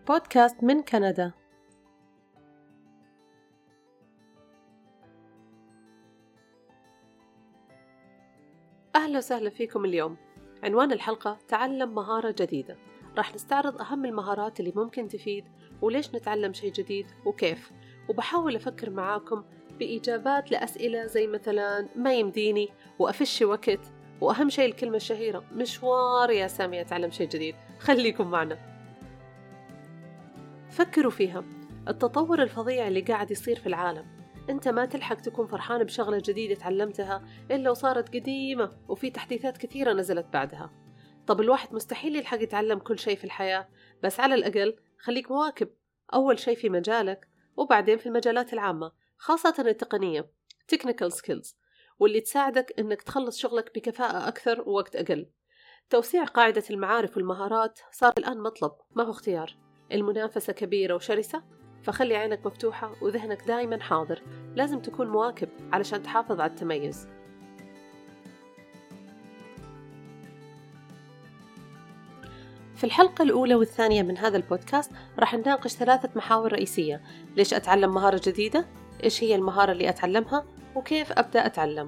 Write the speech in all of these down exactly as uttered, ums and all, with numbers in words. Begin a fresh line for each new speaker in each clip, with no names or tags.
بودكاست من كندا. أهلا وسهلا فيكم. اليوم عنوان الحلقة تعلم مهارة جديدة. راح نستعرض أهم المهارات اللي ممكن تفيد وليش نتعلم شيء جديد وكيف، وبحاول أفكر معاكم بإجابات لأسئلة زي مثلا ما يمديني وأفش وقت، وأهم شيء الكلمة الشهيرة مشوار يا سامي أتعلم شيء جديد. خليكم معنا. فكروا فيها، التطور الفظيع اللي قاعد يصير في العالم، أنت ما تلحق تكون فرحان بشغلة جديدة تعلمتها إلا وصارت قديمة وفي تحديثات كثيرة نزلت بعدها. طب الواحد مستحيل يلحق يتعلم كل شيء في الحياة، بس على الأقل خليك مواكب، أول شيء في مجالك وبعدين في المجالات العامة، خاصة التقنية technical skills، واللي تساعدك أنك تخلص شغلك بكفاءة أكثر ووقت أقل. توسيع قاعدة المعارف والمهارات صار الآن مطلب ما هو اختيار. المنافسة كبيرة وشرسة، فخلي عينك مفتوحة وذهنك دايما حاضر. لازم تكون مواكب علشان تحافظ على التميز. في الحلقة الأولى والثانية من هذا البودكاست راح نناقش ثلاثة محاور رئيسية: ليش أتعلم مهارة جديدة؟ إيش هي المهارة اللي أتعلمها؟ وكيف أبدأ أتعلم؟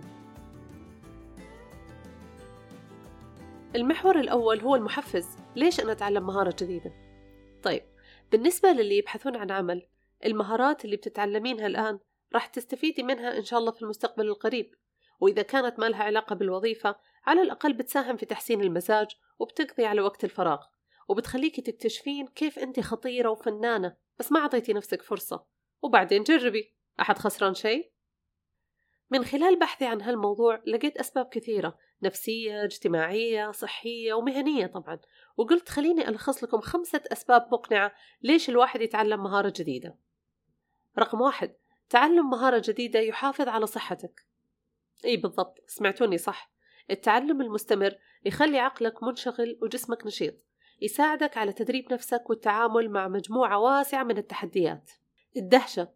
المحور الأول هو المحفز. ليش أنا أتعلم مهارة جديدة؟ طيب، بالنسبة للي يبحثون عن عمل، المهارات اللي بتتعلمينها الآن راح تستفيدي منها إن شاء الله في المستقبل القريب، وإذا كانت ما لها علاقة بالوظيفة على الأقل بتساهم في تحسين المزاج وبتقضي على وقت الفراغ، وبتخليكي تكتشفين كيف أنت خطيرة وفنانة بس ما عطيتي نفسك فرصة. وبعدين جربي، أحد خسران شيء؟ من خلال بحثي عن هالموضوع لقيت أسباب كثيرة، نفسية، اجتماعية، صحية ومهنية طبعا، وقلت خليني ألخص لكم خمسة أسباب مقنعة ليش الواحد يتعلم مهارة جديدة. رقم واحد، تعلم مهارة جديدة يحافظ على صحتك. إيه بالضبط، سمعتوني صح. التعلم المستمر يخلي عقلك منشغل وجسمك نشيط، يساعدك على تدريب نفسك والتعامل مع مجموعة واسعة من التحديات. الدهشة.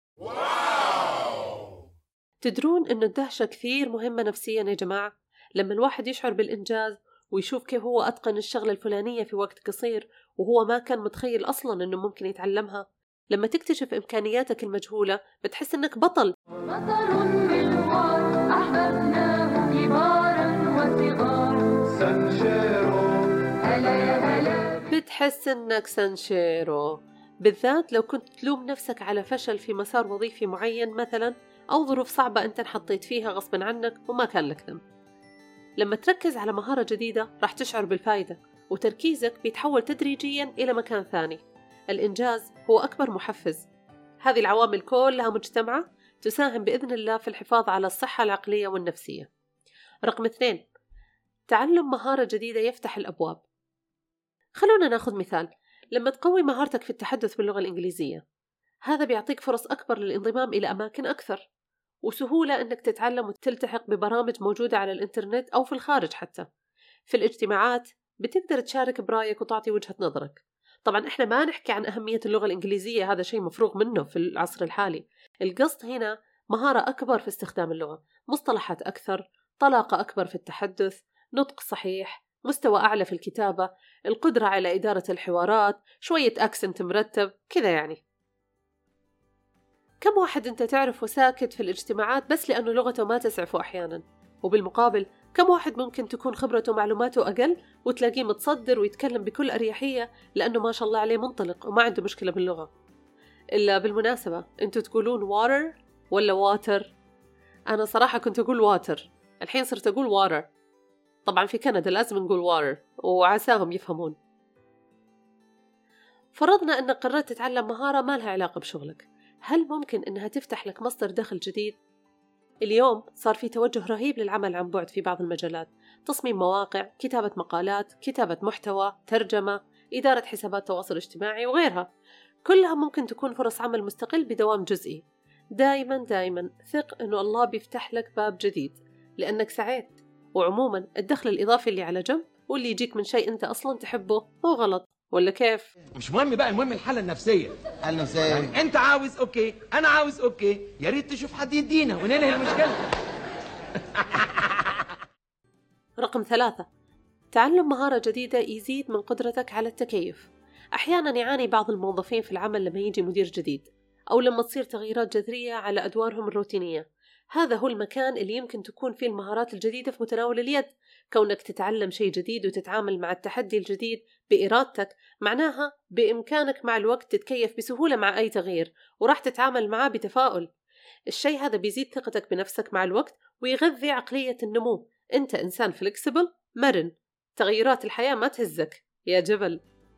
تدرون إنه الدهشة كثير مهمة نفسيا يا جماعة؟ لما الواحد يشعر بالإنجاز ويشوف كيف هو أتقن الشغلة الفلانية في وقت قصير وهو ما كان متخيل أصلا إنه ممكن يتعلمها، لما تكتشف إمكانياتك المجهولة بتحس إنك بطل. بطل بالوار أحببناه كبارا وصغار سانشيرو هلا يا هلا. بتحس إنك سانشيرو، بالذات لو كنت تلوم نفسك على فشل في مسار وظيفي معين مثلا، أو ظروف صعبة أنت انحطيت فيها غصبا عنك وما كان لك ذنب. لما تركز على مهارة جديدة راح تشعر بالفائدة، وتركيزك بيتحول تدريجيا إلى مكان ثاني. الإنجاز هو أكبر محفز. هذه العوامل كلها مجتمعة تساهم بإذن الله في الحفاظ على الصحة العقلية والنفسية. رقم اثنين، تعلم مهارة جديدة يفتح الأبواب. خلونا ناخذ مثال. لما تقوي مهارتك في التحدث باللغة الإنجليزية، هذا بيعطيك فرص أكبر للانضمام إلى أماكن أكثر، وسهولة أنك تتعلم وتلتحق ببرامج موجودة على الإنترنت أو في الخارج. حتى في الاجتماعات بتقدر تشارك برأيك وتعطي وجهة نظرك. طبعا إحنا ما نحكي عن أهمية اللغة الإنجليزية، هذا شيء مفروغ منه في العصر الحالي. القصد هنا مهارة أكبر في استخدام اللغة، مصطلحات أكثر، طلاقة أكبر في التحدث، نطق صحيح، مستوى أعلى في الكتابة، القدرة على إدارة الحوارات، شوية أكسنت مرتب كذا. يعني كم واحد أنت تعرفه ساكت في الاجتماعات بس لأنه لغته ما تسعفه أحيانا، وبالمقابل كم واحد ممكن تكون خبرته ومعلوماته أقل وتلاقيه متصدر ويتكلم بكل أريحية لأنه ما شاء الله عليه منطلق وما عنده مشكلة باللغة. إلا بالمناسبة، أنتوا تقولون water ولا water؟ أنا صراحة كنت أقول water، الحين صرت أقول water. طبعا في كندا لازم نقول water وعساهم يفهمون. فرضنا أنك قررت تتعلم مهارة ما لها علاقة بشغلك، هل ممكن أنها تفتح لك مصدر دخل جديد؟ اليوم صار في توجه رهيب للعمل عن بعد في بعض المجالات، تصميم مواقع، كتابة مقالات، كتابة محتوى، ترجمة، إدارة حسابات تواصل اجتماعي وغيرها. كلها ممكن تكون فرص عمل مستقل بدوام جزئي. دايما دايما ثق أنه الله بيفتح لك باب جديد لأنك سعيت. وعموما الدخل الإضافي اللي على جنب واللي يجيك من شيء أنت أصلا تحبه مو غلط، ولا كيف؟
مش مهم بقى، المهم الحالة النفسية.
الحالة النفسية
يعني انت عاوز اوكي، انا عاوز اوكي، يا ريت تشوف حد يدينا وننهي المشكلة.
رقم ثلاثة، تعلم مهارة جديدة يزيد من قدرتك على التكيف. أحيانا يعاني بعض الموظفين في العمل لما يجي مدير جديد أو لما تصير تغييرات جذرية على أدوارهم الروتينية. هذا هو المكان اللي يمكن تكون فيه المهارات الجديدة في متناول اليد. كونك تتعلم شيء جديد وتتعامل مع التحدي الجديد بإرادتك، معناها بإمكانك مع الوقت تتكيف بسهولة مع أي تغيير وراح تتعامل معه بتفاؤل. الشيء هذا بيزيد ثقتك بنفسك مع الوقت ويغذي عقلية النمو. أنت إنسان فليكسبل مرن، تغيرات الحياة ما تهزك يا جبل.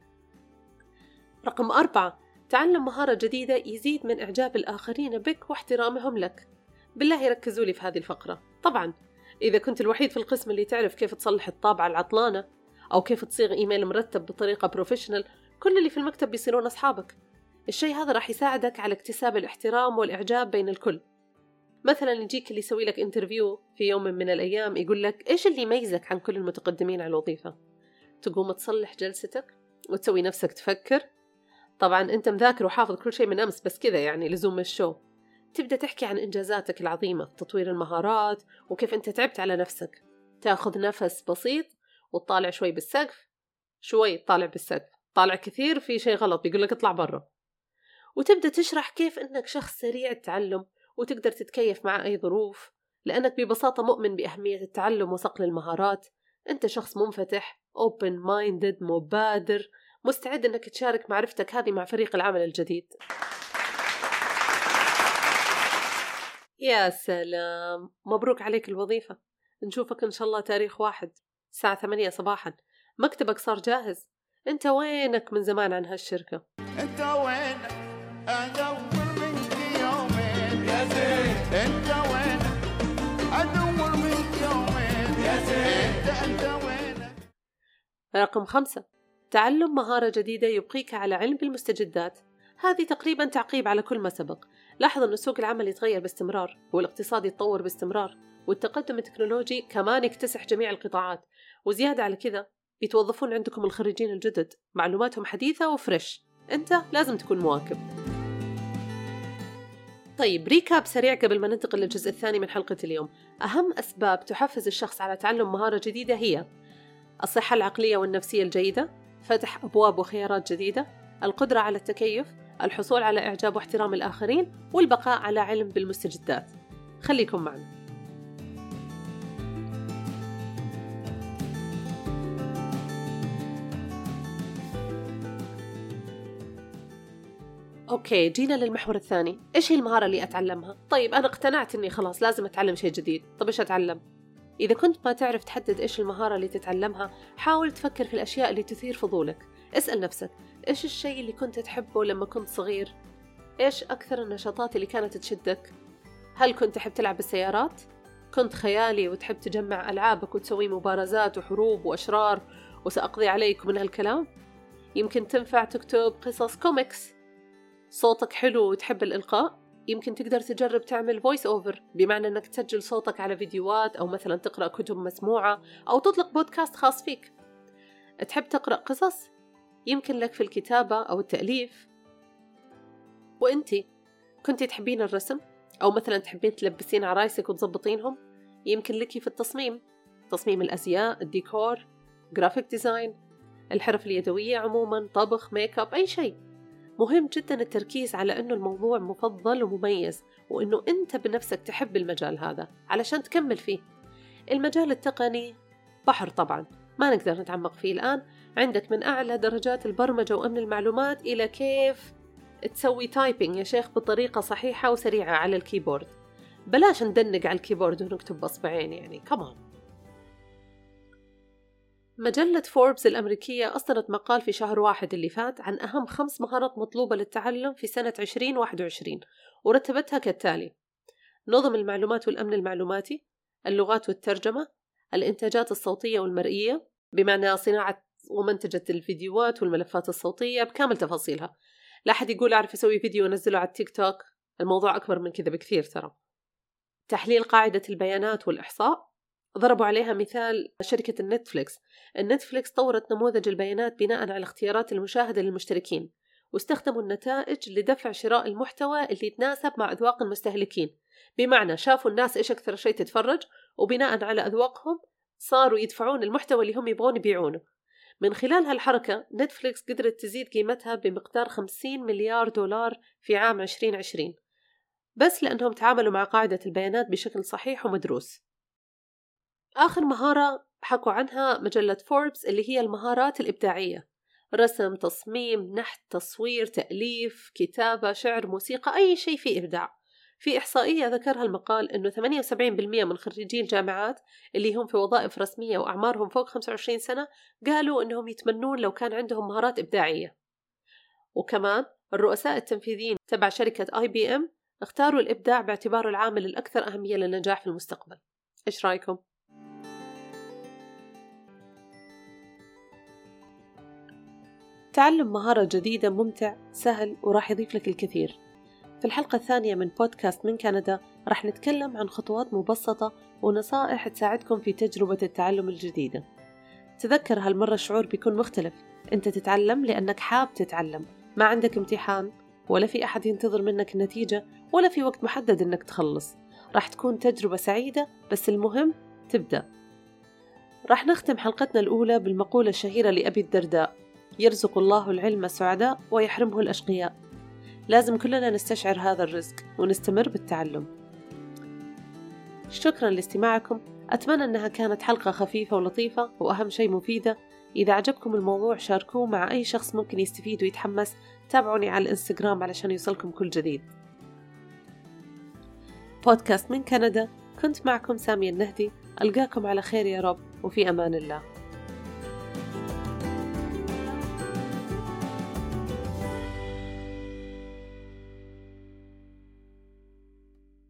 رقم أربعة، تعلم مهارة جديدة يزيد من إعجاب الآخرين بك واحترامهم لك. بالله ركزوا لي في هذه الفقرة. طبعا إذا كنت الوحيد في القسم اللي تعرف كيف تصلح الطابعة العطلانة أو كيف تصيغ إيميل مرتب بطريقة بروفيشنال، كل اللي في المكتب بيصيرون أصحابك. الشيء هذا راح يساعدك على اكتساب الاحترام والإعجاب بين الكل. مثلا يجيك اللي يسوي لك انترفيو في يوم من الأيام يقول لك إيش اللي يميزك عن كل المتقدمين على الوظيفة؟ تقوم تصلح جلستك وتسوي نفسك تفكر. طبعا أنت مذاكر وحافظ كل شيء من أمس، بس كذا يعني لزوم الشو. تبدأ تحكي عن إنجازاتك العظيمة، تطوير المهارات وكيف أنت تعبت على نفسك. تأخذ نفس بسيط وتطالع شوي بالسقف، شوي تطالع بالسقف، طالع كثير في شيء غلط بيقول لك اطلع برا. وتبدأ تشرح كيف أنك شخص سريع التعلم وتقدر تتكيف مع أي ظروف، لأنك ببساطة مؤمن بأهمية التعلم وصقل المهارات. أنت شخص منفتح، open minded، مبادر، مستعد أنك تشارك معرفتك هذه مع فريق العمل الجديد. يا سلام، مبروك عليك الوظيفة. نشوفك إن شاء الله تاريخ واحد الساعة ثمانية صباحا. مكتبك صار جاهز. أنت وينك من زمان عن هالشركة؟
أنت وينك أدور منك يومين يا زين. أنت وينك أدور منك يومين يا زين. أنت أنت وينك.
رقم خمسة، تعلم مهارة جديدة يبقيك على علم بالمستجدات. هذه تقريبا تعقيب على كل ما سبق. لاحظ أن سوق العمل يتغير باستمرار، والاقتصاد يتطور باستمرار، والتقدم التكنولوجي كمان يكتسح جميع القطاعات. وزيادة على كذا بيتوظفون عندكم الخريجين الجدد، معلوماتهم حديثة وفريش. أنت لازم تكون مواكب. طيب ريكاب سريع قبل ما ننتقل للجزء الثاني من حلقة اليوم. أهم أسباب تحفز الشخص على تعلم مهارة جديدة هي الصحة العقلية والنفسية الجيدة، فتح أبواب وخيارات جديدة، القدرة على التكيف، الحصول على إعجاب واحترام الآخرين، والبقاء على علم بالمستجدات. خليكم معنا. أوكي، جينا للمحور الثاني. إيش هي المهارة اللي أتعلمها؟ طيب أنا اقتنعت إني خلاص لازم أتعلم شيء جديد. طب إيش أتعلم؟ إذا كنت ما تعرف تحدد إيش المهارة اللي تتعلمها، حاول تفكر في الأشياء اللي تثير فضولك. اسأل نفسك، إيش الشيء اللي كنت تحبه لما كنت صغير؟ إيش أكثر النشاطات اللي كانت تشدك؟ هل كنت تحب تلعب بالسيارات؟ كنت خيالي وتحب تجمع ألعابك وتسوي مبارزات وحروب وأشرار وسأقضي عليك من هالكلام؟ يمكن تنفع تكتب قصص كوميكس. صوتك حلو وتحب الإلقاء؟ يمكن تقدر تجرب تعمل فويس أوفر، بمعنى أنك تسجل صوتك على فيديوهات، أو مثلا تقرأ كتب مسموعة، أو تطلق بودكاست خاص فيك. تحب تقرأ قصص؟ يمكن لك في الكتابة أو التأليف. وإنتي كنتي تحبين الرسم، أو مثلا تحبين تلبسين عرايسك وتضبطينهم؟ يمكن لك في التصميم، تصميم الأزياء، الديكور، جرافيك ديزاين، الحرف اليدوية عموما، طبخ، ميك اب، أي شيء. مهم جدا التركيز على أنه الموضوع مفضل ومميز، وأنه أنت بنفسك تحب المجال هذا علشان تكمل فيه. المجال التقني بحر طبعا، ما نقدر نتعمق فيه الآن. عندك من أعلى درجات البرمجة وأمن المعلومات إلى كيف تسوي تايبينج يا شيخ بطريقة صحيحة وسريعة على الكيبورد. بلاش ندنق على الكيبورد ونكتب بصبعين يعني، كمان. مجلة فوربس الأمريكية أصدرت مقال في شهر واحد اللي فات عن أهم خمس مهارات مطلوبة للتعلم في سنة عشرين واحد وعشرين، ورتبتها كالتالي: نظم المعلومات والأمن المعلوماتي، اللغات والترجمة، الإنتاجات الصوتية والمرئية، بمعنى صناعة ومنتجة الفيديوهات والملفات الصوتية بكامل تفاصيلها. لا أحد يقول أعرف أسوي فيديو ونزله على التيك توك، الموضوع أكبر من كذا بكثير ترى. تحليل قاعدة البيانات والإحصاء، ضربوا عليها مثال شركة النتفليكس. النتفليكس طورت نموذج البيانات بناء على اختيارات المشاهدة للمشتركين، واستخدموا النتائج لدفع شراء المحتوى اللي يتناسب مع أذواق المستهلكين. بمعنى شافوا الناس إيش أكثر شيء تتفرج، وبناء على أذواقهم صاروا يدفعون المحتوى اللي هم يبغون يبيعونه. من خلال هالحركة نتفليكس قدرت تزيد قيمتها بمقدار خمسين مليار دولار في عام عشرين عشرين، بس لأنهم تعاملوا مع قاعدة البيانات بشكل صحيح ومدروس. آخر مهارة حكوا عنها مجلة فوربس اللي هي المهارات الإبداعية: رسم، تصميم، نحت، تصوير، تأليف، كتابة، شعر، موسيقى، أي شيء فيه إبداع. في إحصائية ذكرها المقال أنه ثمانية وسبعين بالمئة من خريجي الجامعات اللي هم في وظائف رسمية وأعمارهم فوق خمسة وعشرين سنة قالوا أنهم يتمنون لو كان عندهم مهارات إبداعية. وكمان الرؤساء التنفيذيين تبع شركة آي بي إم اختاروا الإبداع باعتباره العامل الأكثر أهمية للنجاح في المستقبل. إيش رأيكم؟ تعلم مهارة جديدة ممتع، سهل، وراح يضيف لك الكثير. في الحلقة الثانية من بودكاست من كندا راح نتكلم عن خطوات مبسطة ونصائح تساعدكم في تجربة التعلم الجديدة. تذكر هالمرة الشعور بيكون مختلف، أنت تتعلم لأنك حاب تتعلم، ما عندك امتحان ولا في أحد ينتظر منك النتيجة ولا في وقت محدد أنك تخلص. راح تكون تجربة سعيدة، بس المهم تبدأ. راح نختم حلقتنا الأولى بالمقولة الشهيرة لأبي الدرداء: يرزق الله العلم السعداء ويحرمه الأشقياء. لازم كلنا نستشعر هذا الرزق ونستمر بالتعلم. شكرا لاستماعكم، أتمنى أنها كانت حلقة خفيفة ولطيفة، وأهم شيء مفيدة. إذا عجبكم الموضوع شاركوه مع أي شخص ممكن يستفيد ويتحمس. تابعوني على الإنستغرام علشان يوصلكم كل جديد. بودكاست من كندا، كنت معكم سامية النهدي. ألقاكم على خير يا رب، وفي أمان الله.